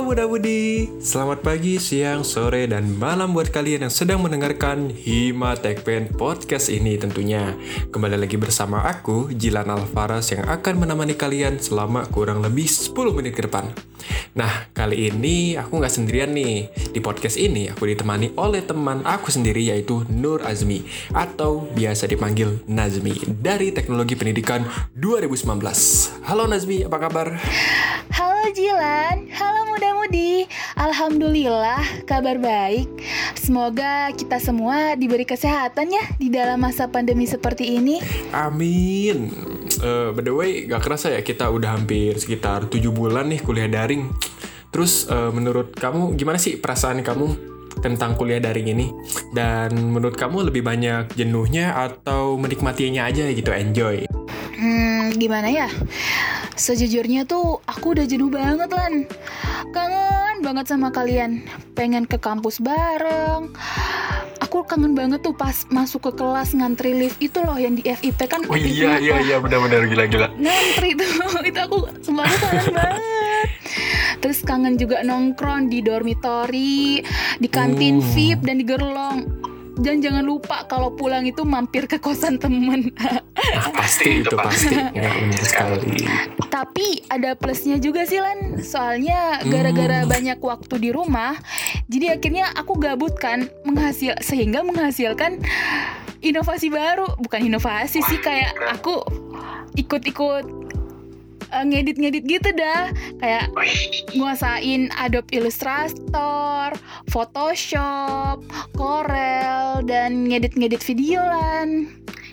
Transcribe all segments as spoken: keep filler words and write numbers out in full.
muda-mudi, selamat pagi, siang, sore, dan malam buat kalian yang sedang mendengarkan Hima Techpen Podcast ini tentunya. Kembali lagi bersama aku, Jilan Alvaras, yang akan menemani kalian selama kurang lebih sepuluh menit ke depan. Nah, kali ini aku nggak sendirian nih. Di podcast ini aku ditemani oleh teman aku sendiri, yaitu Nur Azmi, atau biasa dipanggil Nazmi, dari Teknologi Pendidikan dua ribu sembilan belas. Halo Nazmi, apa kabar? Halo Jilan, halo muda-mudi. Alhamdulillah, kabar baik. Semoga kita semua diberi kesehatan ya di dalam masa pandemi seperti ini. Amin. Uh, by the way, gak kerasa ya kita udah hampir sekitar tujuh bulan nih kuliah daring. Terus uh, menurut kamu gimana sih perasaan kamu tentang kuliah daring ini? Dan menurut kamu lebih banyak jenuhnya atau menikmatinya aja gitu, enjoy? Hmm, gimana ya? Sejujurnya tuh aku udah jenuh banget, Lan. Kangen banget sama kalian. Pengen ke kampus bareng. Aku kangen banget tuh pas masuk ke kelas ngantri lift itu loh, yang di F I P kan. Oh iya, iya, iya, benar-benar gila-gila. Ngantri tuh, itu aku semakin kangen banget. Terus kangen juga nongkrong di dormitory, di kantin uh. V I P, dan di gerlong. Dan jangan lupa kalau pulang itu mampir ke kosan temen. Nah, pasti itu pasti, ya benar sekali. Tapi ada plusnya juga sih, Lan. Soalnya gara-gara hmm. banyak waktu di rumah, jadi akhirnya aku gabut kan, menghasil sehingga menghasilkan inovasi baru. Bukan inovasi sih, kayak aku ikut-ikut Uh, ngedit-ngedit gitu dah. Kayak nguasain Adobe Illustrator, Photoshop, Corel, dan ngedit-ngedit video, Lan.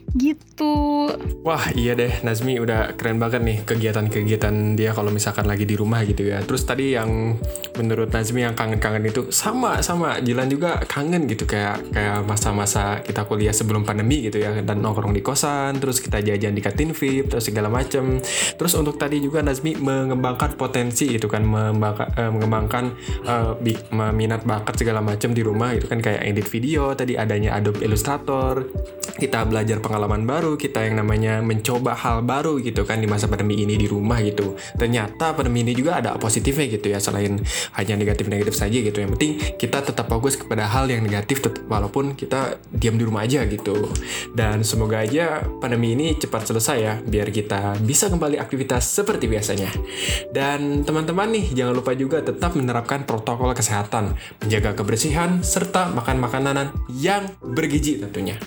Gitu. Wah iya deh, Nazmi udah keren banget nih kegiatan-kegiatan dia kalau misalkan lagi di rumah gitu ya. Terus tadi yang menurut Nazmi yang kangen-kangen itu sama sama Jilan juga kangen gitu, kayak kayak masa-masa kita kuliah sebelum pandemi gitu ya, dan nongkrong di kosan, terus kita jajan di kantin V I P, terus segala macem. Terus untuk tadi juga Nazmi mengembangkan potensi itu kan, membaka, eh, mengembangkan eh, minat bakat segala macem di rumah gitu kan, kayak edit video, tadi adanya Adobe Illustrator, kita belajar pengalaman baru, kita yang namanya mencoba hal baru gitu kan di masa pandemi ini di rumah gitu. Ternyata pandemi ini juga ada positifnya gitu ya, selain hanya negatif-negatif saja gitu. Yang penting kita tetap fokus kepada hal yang negatif tetap, walaupun kita diam di rumah aja gitu. Dan semoga aja pandemi ini cepat selesai ya, biar kita bisa kembali aktivitas seperti biasanya. Dan teman-teman nih, jangan lupa juga tetap menerapkan protokol kesehatan, menjaga kebersihan, serta makan makanan yang bergizi tentunya.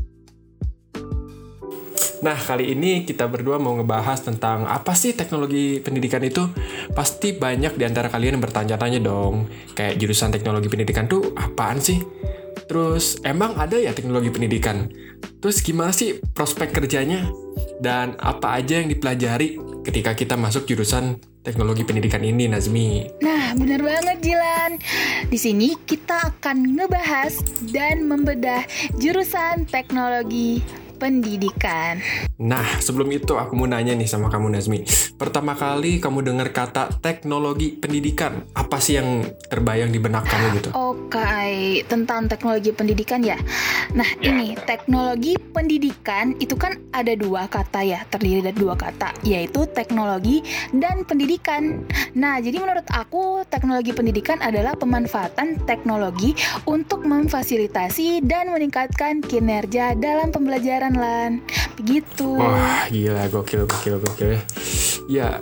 Nah, kali ini kita berdua mau ngebahas tentang apa sih teknologi pendidikan itu. Pasti banyak di antara kalian yang bertanya-tanya dong, kayak jurusan teknologi pendidikan tuh apaan sih? Terus, emang ada ya teknologi pendidikan? Terus gimana sih prospek kerjanya? Dan apa aja yang dipelajari ketika kita masuk jurusan teknologi pendidikan ini, Nazmi? Nah, benar banget, Jilan. Di sini kita akan ngebahas dan membedah jurusan teknologi pendidikan. Nah, sebelum itu aku mau nanya nih sama kamu, Nazmi. Pertama kali kamu dengar kata teknologi pendidikan, apa sih yang terbayang di benak kamu gitu? Oke, okay, tentang teknologi pendidikan ya. Nah, yeah. ini teknologi pendidikan itu kan ada dua kata ya, terdiri dari dua kata, yaitu teknologi dan pendidikan. Nah, jadi menurut aku teknologi pendidikan adalah pemanfaatan teknologi untuk memfasilitasi dan meningkatkan kinerja dalam pembelajaran, Lan. Begitu. Wah, gila, gokil, gokil, gokil. Ya,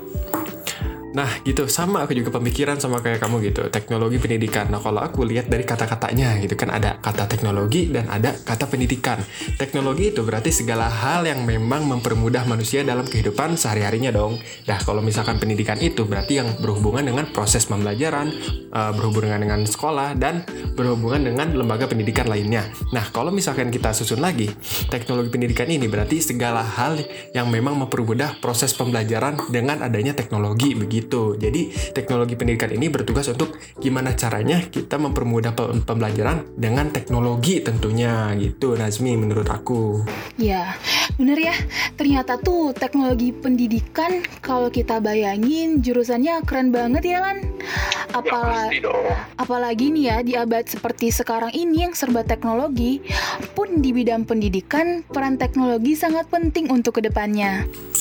nah gitu, sama aku juga pemikiran sama kayak kamu gitu, teknologi pendidikan. Nah kalau aku lihat dari kata-katanya gitu kan, ada kata teknologi dan ada kata pendidikan. Teknologi itu berarti segala hal yang memang mempermudah manusia dalam kehidupan sehari-harinya dong. Nah kalau misalkan pendidikan itu berarti yang berhubungan dengan proses pembelajaran, uh, berhubungan dengan sekolah, dan berhubungan dengan lembaga pendidikan lainnya. Nah kalau misalkan kita susun lagi, teknologi pendidikan ini berarti segala hal yang memang mempermudah proses pembelajaran dengan adanya teknologi begitu. Jadi teknologi pendidikan ini bertugas untuk gimana caranya kita mempermudah pembelajaran dengan teknologi tentunya gitu, Nazmi, menurut aku. Ya, bener ya. Ternyata tuh teknologi pendidikan kalau kita bayangin jurusannya keren banget ya, Lan. Apala- ya, apalagi nih ya di abad seperti sekarang ini yang serba teknologi, pun di bidang pendidikan peran teknologi sangat penting untuk kedepannya.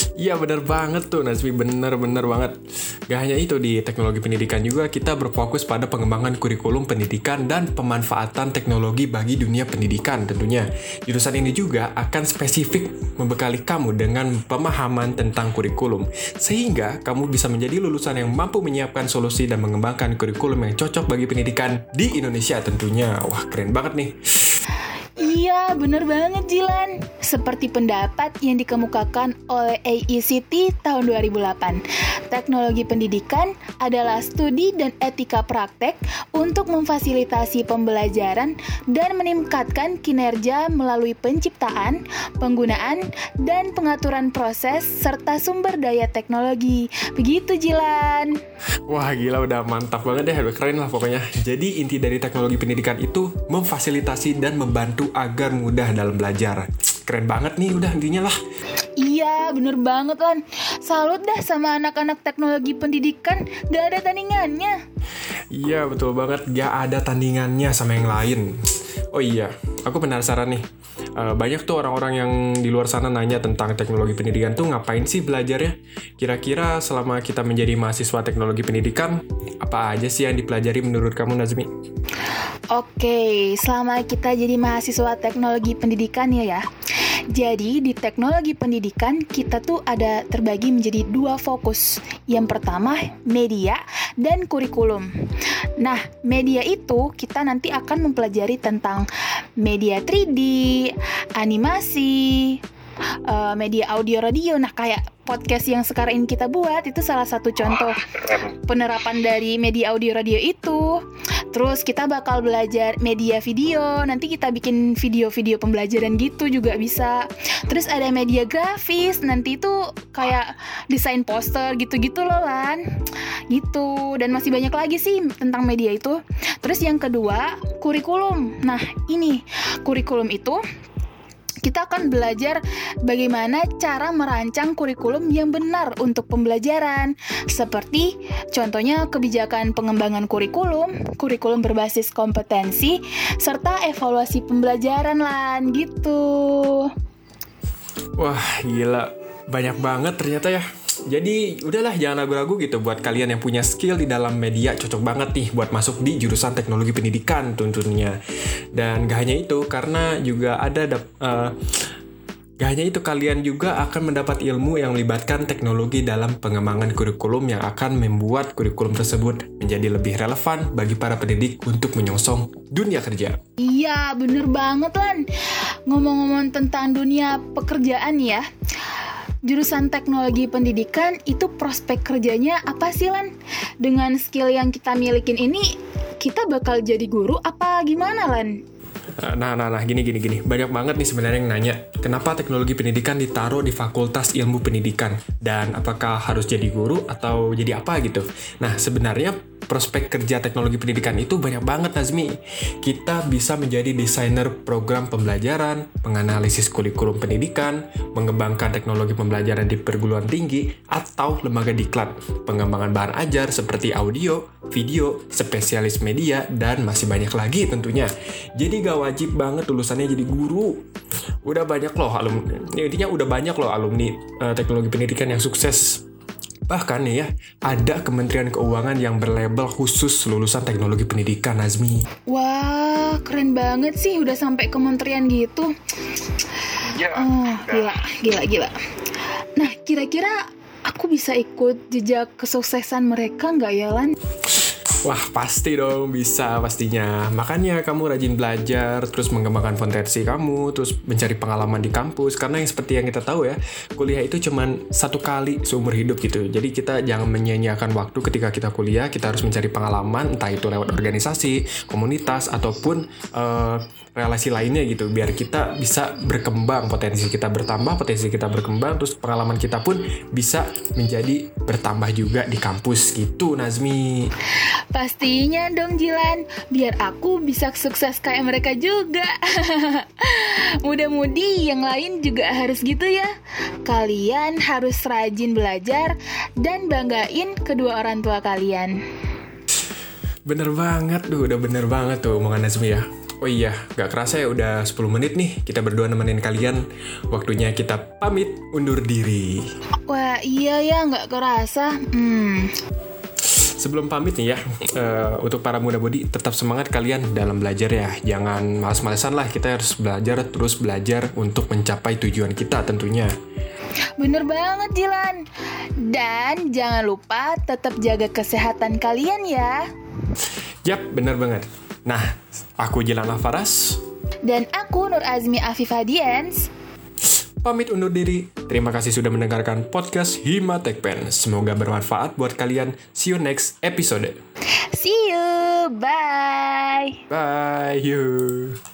Iya bener banget tuh Nazmi, bener-bener banget. Gak hanya itu, di teknologi pendidikan juga kita berfokus pada pengembangan kurikulum pendidikan dan pemanfaatan teknologi bagi dunia pendidikan tentunya. Jurusan ini juga akan spesifik membekali kamu dengan pemahaman tentang kurikulum, sehingga kamu bisa menjadi lulusan yang mampu menyiapkan solusi dan mengembangkan kurikulum yang cocok bagi pendidikan di Indonesia tentunya. Wah, keren banget nih. Iya, bener banget Jilan. Seperti pendapat yang dikemukakan oleh A E C T tahun dua ribu delapan. Teknologi pendidikan adalah studi dan etika praktek untuk memfasilitasi pembelajaran dan meningkatkan kinerja melalui penciptaan, penggunaan, dan pengaturan proses serta sumber daya teknologi. Begitu Jilan. Wah gila, udah mantap banget deh, udah keren lah pokoknya. Jadi inti dari teknologi pendidikan itu memfasilitasi dan membantu agar mudah dalam belajar. Keren banget nih udah intinya lah. Iya bener banget Lan. Salut dah sama anak-anak teknologi pendidikan. Gak ada tandingannya. Iya betul banget, gak ada tandingannya sama yang lain. Oh iya, aku penasaran nih. Uh, banyak tuh orang-orang yang di luar sana nanya tentang teknologi pendidikan tuh ngapain sih belajarnya? Kira-kira selama kita menjadi mahasiswa teknologi pendidikan, apa aja sih yang dipelajari menurut kamu Nazmi? Oke, selama kita jadi mahasiswa teknologi pendidikan ya ya. Jadi di teknologi pendidikan kita tuh ada terbagi menjadi dua fokus. Yang pertama media dan kurikulum. Nah, media itu kita nanti akan mempelajari tentang media tiga D, animasi, uh, media audio radio. Nah, kayak podcast yang sekarang ini kita buat itu salah satu contoh penerapan dari media audio radio itu. Terus kita bakal belajar media video, nanti kita bikin video-video pembelajaran gitu juga bisa. Terus ada media grafis, nanti itu kayak desain poster gitu-gitu loh Lan. Gitu, dan masih banyak lagi sih tentang media itu. Terus yang kedua, kurikulum. Nah ini, kurikulum itu kita akan belajar bagaimana cara merancang kurikulum yang benar untuk pembelajaran. Seperti contohnya kebijakan pengembangan kurikulum, kurikulum berbasis kompetensi, serta evaluasi pembelajaran Lan, gitu. Wah gila, banyak banget ternyata ya. Jadi udahlah, jangan ragu-ragu gitu buat kalian yang punya skill di dalam media, cocok banget nih buat masuk di jurusan teknologi pendidikan tentunya. Dan gak hanya itu, karena juga ada uh, gak hanya itu, kalian juga akan mendapat ilmu yang melibatkan teknologi dalam pengembangan kurikulum yang akan membuat kurikulum tersebut menjadi lebih relevan bagi para pendidik untuk menyongsong dunia kerja. Iya, bener banget Lan. Ngomong-ngomong tentang dunia pekerjaan ya, jurusan teknologi pendidikan itu prospek kerjanya apa sih Lan? Dengan skill yang kita milikin ini, kita bakal jadi guru apa gimana Lan? Nah, nah, nah, gini, gini, gini. Banyak banget nih sebenarnya yang nanya, kenapa teknologi pendidikan ditaruh di Fakultas Ilmu Pendidikan? Dan apakah harus jadi guru atau jadi apa gitu? Nah, sebenarnya prospek kerja teknologi pendidikan itu banyak banget Nazmi. Kita bisa menjadi desainer program pembelajaran, menganalisis kurikulum pendidikan, mengembangkan teknologi pembelajaran di perguruan tinggi, atau lembaga diklat, pengembangan bahan ajar seperti audio, video, spesialis media, dan masih banyak lagi tentunya. Jadi gak wajib banget lulusannya jadi guru. Udah banyak loh alumni, intinya udah banyak loh alumni uh, teknologi pendidikan yang sukses. Bahkan nih ya, ada Kementerian Keuangan yang berlabel khusus lulusan teknologi pendidikan Nazmi. Wah, keren banget sih udah sampai kementerian gitu. Ya. Oh, gila, gila, gila. Nah, kira-kira aku bisa ikut jejak kesuksesan mereka nggak ya Lan? Wah pasti dong, bisa pastinya. Makanya kamu rajin belajar, terus mengembangkan potensi kamu, terus mencari pengalaman di kampus. Karena yang seperti yang kita tahu ya, kuliah itu cuman satu kali seumur hidup gitu. Jadi kita jangan menyia-nyiakan waktu ketika kita kuliah. Kita harus mencari pengalaman, entah itu lewat organisasi, komunitas, ataupun uh, relasi lainnya gitu. Biar kita bisa berkembang, potensi kita bertambah, potensi kita berkembang, terus pengalaman kita pun bisa menjadi bertambah juga di kampus gitu Nazmi. Pastinya dong Jilan, biar aku bisa sukses kayak mereka juga. Mudah-mudi yang lain juga harus gitu ya. Kalian harus rajin belajar dan banggain kedua orang tua kalian. Bener banget tuh, udah bener banget tuh omongan Nazmi ya. Oh iya, gak kerasa ya udah sepuluh menit nih kita berdua nemenin kalian. Waktunya kita pamit undur diri. Wah iya ya, gak kerasa. Hmm. Sebelum pamit nih ya, uh, untuk para muda budi tetap semangat kalian dalam belajar ya. Jangan malas-malesan lah, kita harus belajar, terus belajar untuk mencapai tujuan kita tentunya. Bener banget Jilan. Dan jangan lupa tetap jaga kesehatan kalian ya. Yap, bener banget. Nah, aku Jilan Alfaras. Dan aku Nur Azmi Afifah Diens. Pamit undur diri. Terima kasih sudah mendengarkan podcast Hima Tekpen. Semoga bermanfaat buat kalian. See you next episode. See you. Bye. Bye. You.